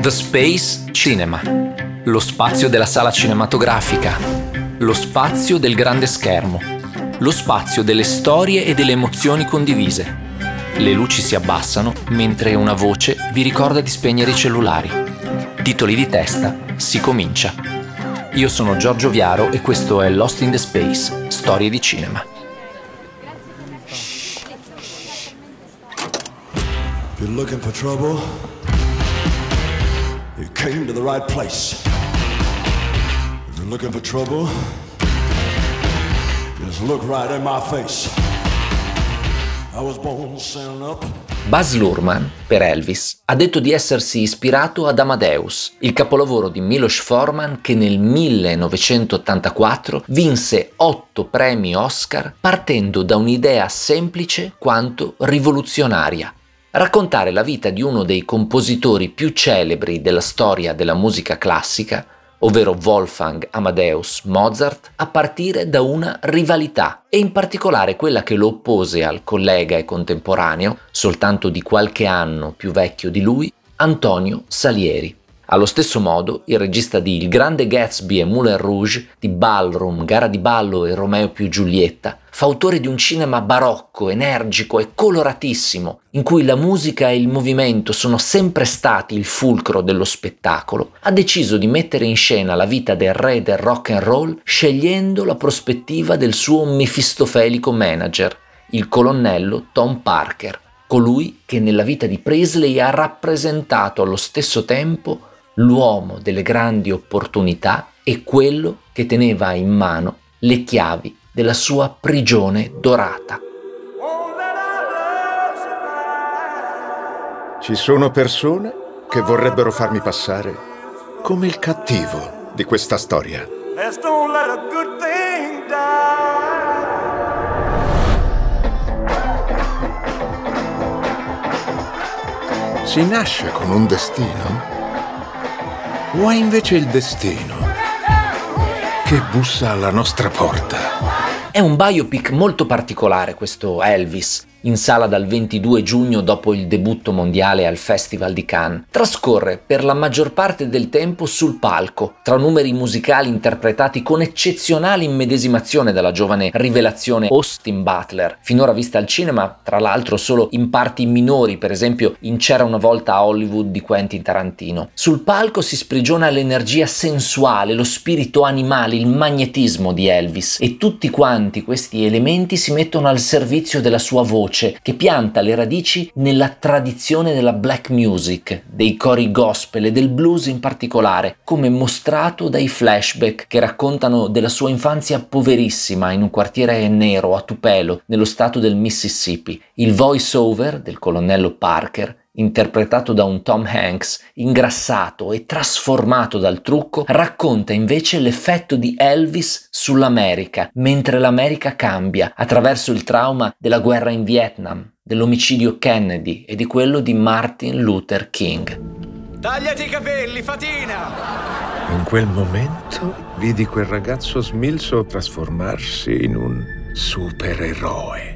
The Space Cinema, lo spazio della sala cinematografica, lo spazio del grande schermo, lo spazio delle storie e delle emozioni condivise. Le luci si abbassano mentre una voce vi ricorda di spegnere i cellulari. Titoli di testa, si comincia. Io sono Giorgio Viaro e questo è Lost in the Space, storie di cinema. If you're looking for trouble, you came to the right place. If you're looking for trouble, just look right in my face. I was born standing up. Baz Luhrmann, per Elvis, ha detto di essersi ispirato ad Amadeus, il capolavoro di Milos Forman che nel 1984 vinse 8 premi Oscar partendo da un'idea semplice quanto rivoluzionaria: raccontare la vita di uno dei compositori più celebri della storia della musica classica, ovvero Wolfgang Amadeus Mozart, a partire da una rivalità, e in particolare quella che lo oppose al collega e contemporaneo, soltanto di qualche anno più vecchio di lui, Antonio Salieri. Allo stesso modo, il regista di Il Grande Gatsby e Moulin Rouge, di Ballroom, Gara di ballo e Romeo più Giulietta, fa autore di un cinema barocco, energico e coloratissimo, in cui la musica e il movimento sono sempre stati il fulcro dello spettacolo, ha deciso di mettere in scena la vita del re del rock and roll scegliendo la prospettiva del suo mefistofelico manager, il colonnello Tom Parker, colui che nella vita di Presley ha rappresentato allo stesso tempo l'uomo delle grandi opportunità e quello che teneva in mano le chiavi della sua prigione dorata. Ci sono persone che vorrebbero farmi passare come il cattivo di questa storia. Si nasce con un destino? O è invece il destino che bussa alla nostra porta? È un biopic molto particolare questo Elvis, in sala dal 22 giugno dopo il debutto mondiale al Festival di Cannes. Trascorre per la maggior parte del tempo sul palco, tra numeri musicali interpretati con eccezionale immedesimazione dalla giovane rivelazione Austin Butler, finora vista al cinema tra l'altro solo in parti minori, per esempio in C'era una volta a Hollywood di Quentin Tarantino. Sul palco si sprigiona l'energia sensuale, lo spirito animale, il magnetismo di Elvis, e tutti quanti questi elementi si mettono al servizio della sua voce, che pianta le radici nella tradizione della black music, dei cori gospel e del blues in particolare, come mostrato dai flashback che raccontano della sua infanzia poverissima in un quartiere nero a Tupelo, nello stato del Mississippi. Il voice over del colonnello Parker, interpretato da un Tom Hanks ingrassato e trasformato dal trucco, racconta invece l'effetto di Elvis sull'America, mentre l'America cambia attraverso il trauma della guerra in Vietnam, dell'omicidio Kennedy e di quello di Martin Luther King. Tagliati i capelli, fatina! In quel momento vidi quel ragazzo smilzo trasformarsi in un supereroe.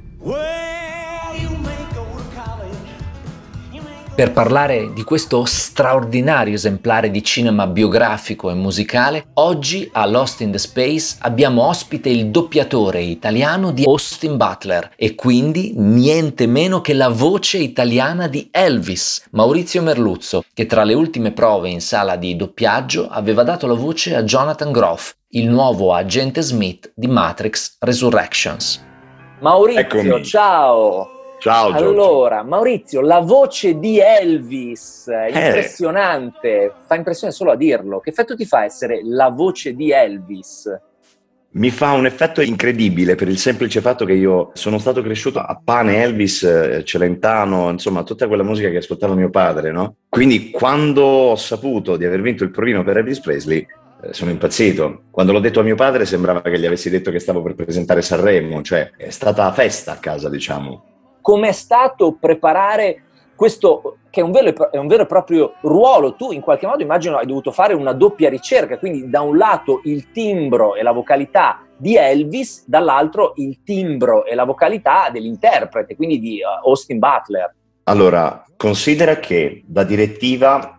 Per parlare di questo straordinario esemplare di cinema biografico e musicale, oggi a Lost in the Space abbiamo ospite il doppiatore italiano di Austin Butler e quindi niente meno che la voce italiana di Elvis, Maurizio Merluzzo, che tra le ultime prove in sala di doppiaggio aveva dato la voce a Jonathan Groff, il nuovo agente Smith di Matrix Resurrections. Maurizio, Eccomi. ciao! Ciao Giorgio. Allora, Maurizio, la voce di Elvis, impressionante, fa impressione solo a dirlo. Che effetto ti fa essere la voce di Elvis? Mi fa un effetto incredibile per il semplice fatto che io sono stato cresciuto a pane Elvis, Celentano, insomma tutta quella musica che ascoltava mio padre, no? Quindi quando ho saputo di aver vinto il provino per Elvis Presley sono impazzito. Quando l'ho detto a mio padre sembrava che gli avessi detto che stavo per presentare Sanremo, cioè è stata festa a casa, diciamo. Com'è stato preparare questo, che è un vero e proprio ruolo? Tu in qualche modo immagino hai dovuto fare una doppia ricerca, quindi da un lato il timbro e la vocalità di Elvis, dall'altro il timbro e la vocalità dell'interprete, quindi di Austin Butler. Allora, considera che da direttiva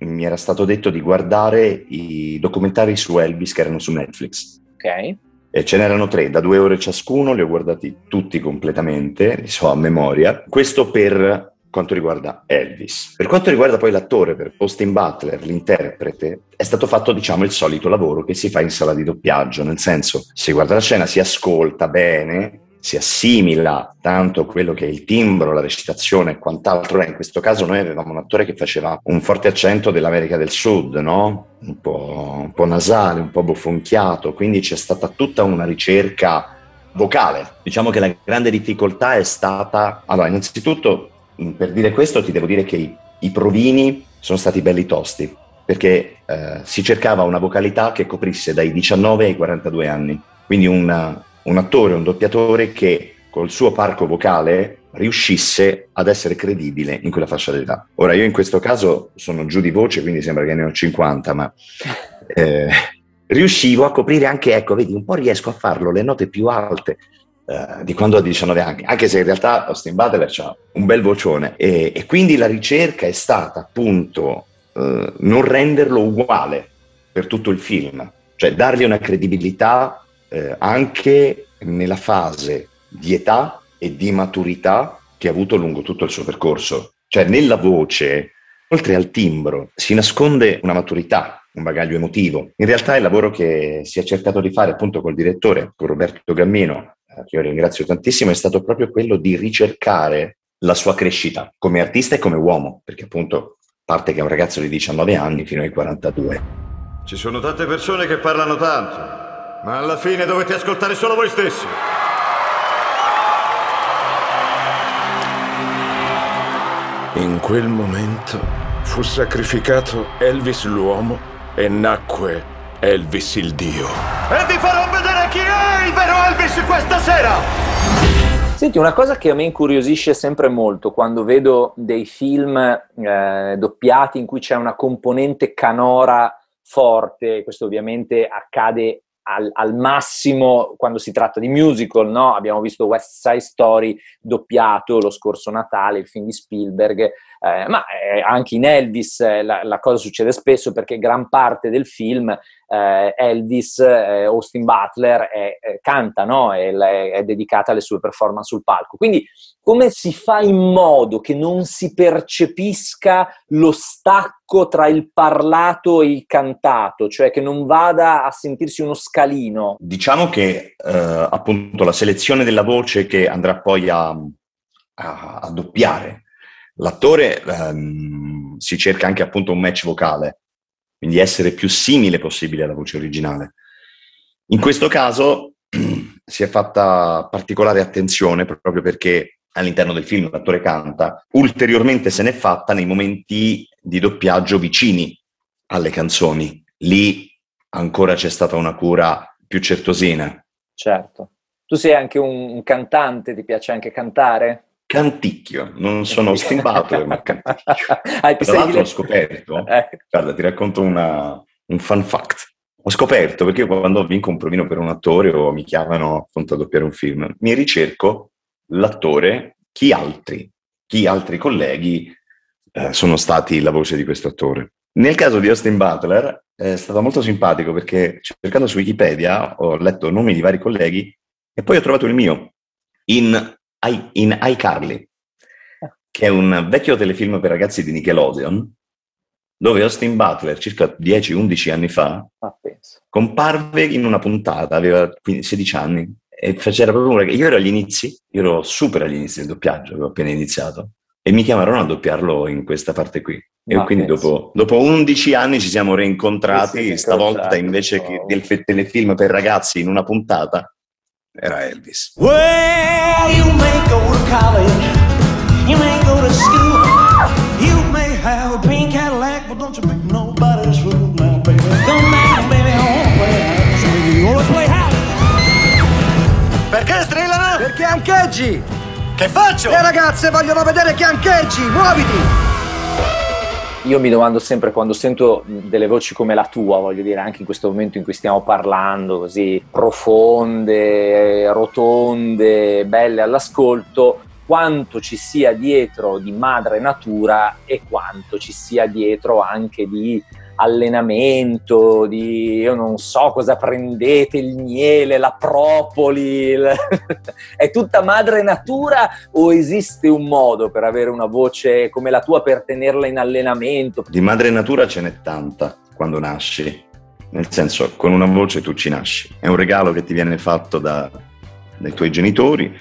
mi era stato detto di guardare i documentari su Elvis che erano su Netflix. Ok. E ce n'erano 3, da 2 ore ciascuno, li ho guardati tutti completamente, li so a memoria. Questo per quanto riguarda Elvis. Per quanto riguarda poi l'attore, per Austin Butler, l'interprete, è stato fatto, diciamo, il solito lavoro che si fa in sala di doppiaggio, nel senso, si guarda la scena, si ascolta bene, si assimila tanto quello che è il timbro, la recitazione e quant'altro. In questo caso noi avevamo un attore che faceva un forte accento dell'America del Sud, no? Un po' nasale, un po' bofonchiato, quindi c'è stata tutta una ricerca vocale. Diciamo che la grande difficoltà è stata... Allora, innanzitutto, per dire questo ti devo dire che i provini sono stati belli tosti, perché si cercava una vocalità che coprisse dai 19 ai 42 anni, quindi un attore, un doppiatore che col suo parco vocale riuscisse ad essere credibile in quella fascia d'età. Ora, io in questo caso sono giù di voce, quindi sembra che ne ho 50, ma riuscivo a coprire anche, ecco, vedi, un po' riesco a farlo, le note più alte di quando ho 19 anni, anche se in realtà Austin Butler c'ha un bel vocione, e quindi la ricerca è stata appunto non renderlo uguale per tutto il film, cioè dargli una credibilità anche nella fase di età e di maturità che ha avuto lungo tutto il suo percorso. Cioè nella voce, oltre al timbro, si nasconde una maturità, un bagaglio emotivo. In realtà il lavoro che si è cercato di fare appunto col direttore, con Roberto Gammino, che io ringrazio tantissimo, è stato proprio quello di ricercare la sua crescita come artista e come uomo, perché appunto parte che è un ragazzo di 19 anni fino ai 42. Ci sono tante persone che parlano tanto, ma alla fine dovete ascoltare solo voi stessi. In quel momento fu sacrificato Elvis l'uomo e nacque Elvis il dio. E vi farò vedere chi è il vero Elvis questa sera! Senti, una cosa che a me incuriosisce sempre molto quando vedo dei film doppiati in cui c'è una componente canora forte, questo ovviamente accade al massimo quando si tratta di musical, no? Abbiamo visto West Side Story doppiato lo scorso Natale, il film di Spielberg, ma anche in Elvis la cosa succede spesso, perché gran parte del film Elvis, Austin Butler canta, no? È dedicata alle sue performance sul palco. Quindi come si fa in modo che non si percepisca lo stacco tra il parlato e il cantato, cioè che non vada a sentirsi uno scalino? Diciamo che appunto la selezione della voce che andrà poi a doppiare l'attore, si cerca anche appunto un match vocale, quindi essere più simile possibile alla voce originale. In questo caso si è fatta particolare attenzione proprio perché all'interno del film l'attore canta, ulteriormente se n'è fatta nei momenti di doppiaggio vicini alle canzoni. Lì ancora c'è stata una cura più certosina. Certo. Tu sei anche un cantante, ti piace anche cantare? Canticchio, non sono Austin Butler, ma canticchio. Tra l'altro ho scoperto, guarda, ti racconto un fun fact. Ho scoperto, perché io quando vinco un provino per un attore o mi chiamano appunto a doppiare un film, mi ricerco l'attore, chi altri colleghi sono stati la voce di questo attore. Nel caso di Austin Butler è stato molto simpatico, perché cercando su Wikipedia ho letto nomi di vari colleghi e poi ho trovato il mio in iCarly, che è un vecchio telefilm per ragazzi di Nickelodeon, dove Austin Butler circa 10-11 anni fa comparve in una puntata, aveva 16 anni e faceva proprio io ero agli inizi, io ero super agli inizi del doppiaggio, avevo appena iniziato e mi chiamarono a doppiarlo in questa parte qui. E quindi dopo 11 anni ci siamo reincontrati, stavolta invece che del telefilm per ragazzi in una puntata era Elvis. Well, you may go to college, you may go to school, you may have a pink Cadillac, but don't you make nobody's fool now, baby. Don't make baby home play house, you always play house. Perché strillano? Perché ancheggi! Che faccio? Le ragazze vogliono vedere che ancheggi! Muoviti! Io mi domando sempre, quando sento delle voci come la tua, voglio dire, anche in questo momento in cui stiamo parlando, così profonde, rotonde, belle all'ascolto, quanto ci sia dietro di madre natura e quanto ci sia dietro anche di allenamento, di io non so cosa prendete, il miele, la propoli, è tutta madre natura o esiste un modo per avere una voce come la tua per tenerla in allenamento? Di madre natura ce n'è tanta quando nasci, nel senso, con una voce tu ci nasci, è un regalo che ti viene fatto dai tuoi genitori,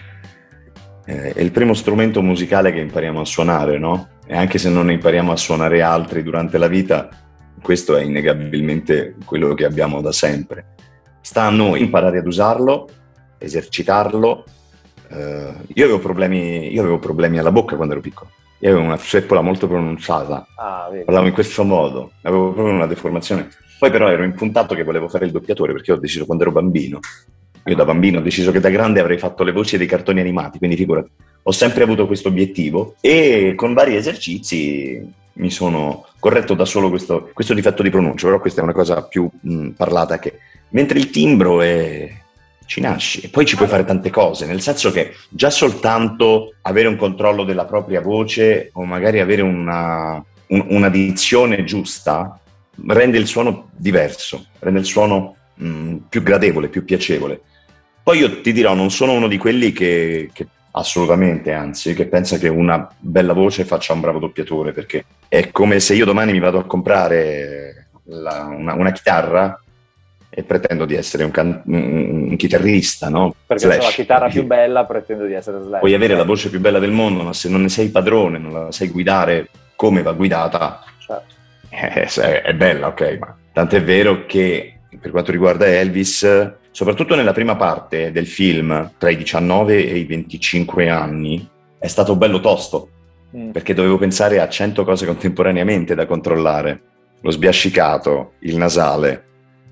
è il primo strumento musicale che impariamo a suonare, no? E anche se non ne impariamo a suonare altri durante la vita, questo è innegabilmente quello che abbiamo da sempre. Sta a noi imparare ad usarlo, esercitarlo. Io avevo problemi alla bocca quando ero piccolo. Io avevo una seppola molto pronunciata. Parlavo in questo modo, avevo proprio una deformazione. Poi però ero impuntato che volevo fare il doppiatore, perché ho deciso quando ero bambino. Io da bambino ho deciso che da grande avrei fatto le voci dei cartoni animati, quindi figurati. Ho sempre avuto questo obiettivo e con vari esercizi mi sono corretto da solo questo difetto di pronuncia, però questa è una cosa più parlata mentre il timbro ci nasci e poi ci puoi fare tante cose, nel senso che già soltanto avere un controllo della propria voce o magari avere una dizione giusta rende il suono diverso, rende il suono più gradevole, più piacevole. Poi io ti dirò, non sono uno di quelli che assolutamente, anzi, che pensa che una bella voce faccia un bravo doppiatore, perché è come se io domani mi vado a comprare una chitarra e pretendo di essere un chitarrista, no? Perché Slash, ho la chitarra più bella, pretendo di essere Slash. Puoi avere la voce più bella del mondo, ma se non ne sei padrone, non la sai guidare come va guidata, certo. È bella, ok, ma tant'è vero che per quanto riguarda Elvis, soprattutto nella prima parte del film, tra i 19 e i 25 anni, è stato bello tosto, perché dovevo pensare a 100 cose contemporaneamente da controllare. Lo sbiascicato, il nasale,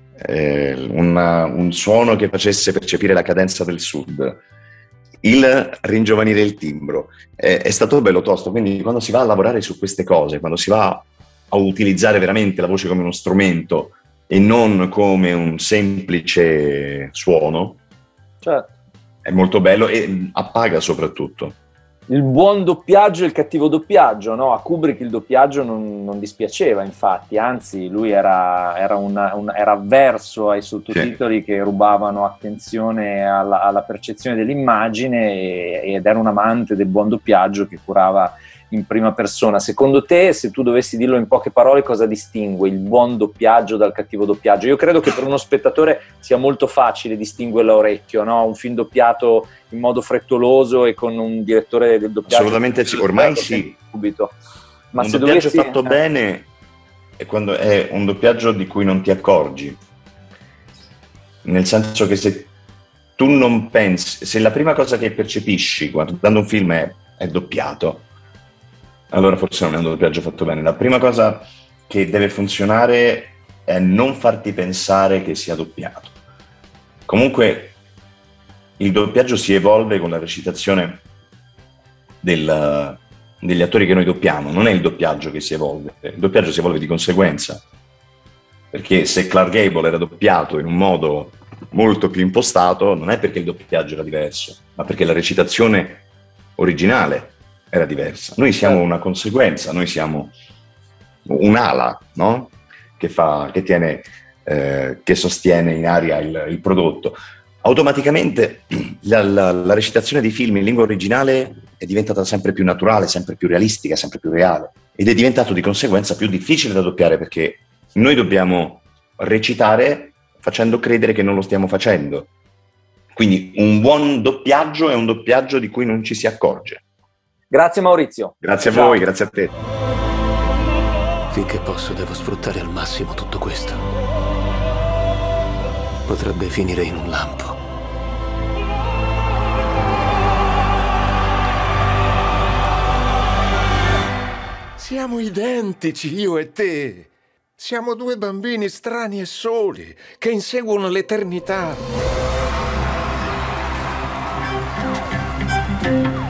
un suono che facesse percepire la cadenza del sud, il ringiovanire il timbro. È stato bello tosto, quindi quando si va a lavorare su queste cose, quando si va a utilizzare veramente la voce come uno strumento e non come un semplice suono, certo, è molto bello e appaga soprattutto. Il buon doppiaggio e il cattivo doppiaggio, no? A Kubrick il doppiaggio non dispiaceva, infatti, anzi lui era avverso ai sottotitoli, sì, che rubavano attenzione alla percezione dell'immagine ed era un amante del buon doppiaggio che curava in prima persona. Secondo te, se tu dovessi dirlo in poche parole, cosa distingue il buon doppiaggio dal cattivo doppiaggio? Io credo che per uno spettatore sia molto facile distinguerlo a orecchio, no? Un film doppiato in modo frettoloso e con un direttore del doppiaggio assolutamente sì, ormai sì, subito. Ma un se doppiaggio fatto bene è quando è un doppiaggio di cui non ti accorgi, nel senso che se tu non pensi, se la prima cosa che percepisci guardando un film è doppiato, allora forse non è un doppiaggio fatto bene. La prima cosa che deve funzionare è non farti pensare che sia doppiato. Comunque il doppiaggio si evolve con la recitazione degli attori che noi doppiamo, non è il doppiaggio che si evolve, il doppiaggio si evolve di conseguenza, perché se Clark Gable era doppiato in un modo molto più impostato non è perché il doppiaggio era diverso, ma perché la recitazione originale era diversa. Noi siamo una conseguenza, noi siamo un'ala, no? Che sostiene in aria il prodotto. Automaticamente la recitazione dei film in lingua originale è diventata sempre più naturale, sempre più realistica, sempre più reale, ed è diventato di conseguenza più difficile da doppiare, perché noi dobbiamo recitare facendo credere che non lo stiamo facendo. Quindi un buon doppiaggio è un doppiaggio di cui non ci si accorge. Grazie Maurizio. Grazie a voi, grazie a te. Finché posso devo sfruttare al massimo tutto questo. Potrebbe finire in un lampo. Siamo identici, io e te. Siamo due bambini strani e soli che inseguono l'eternità.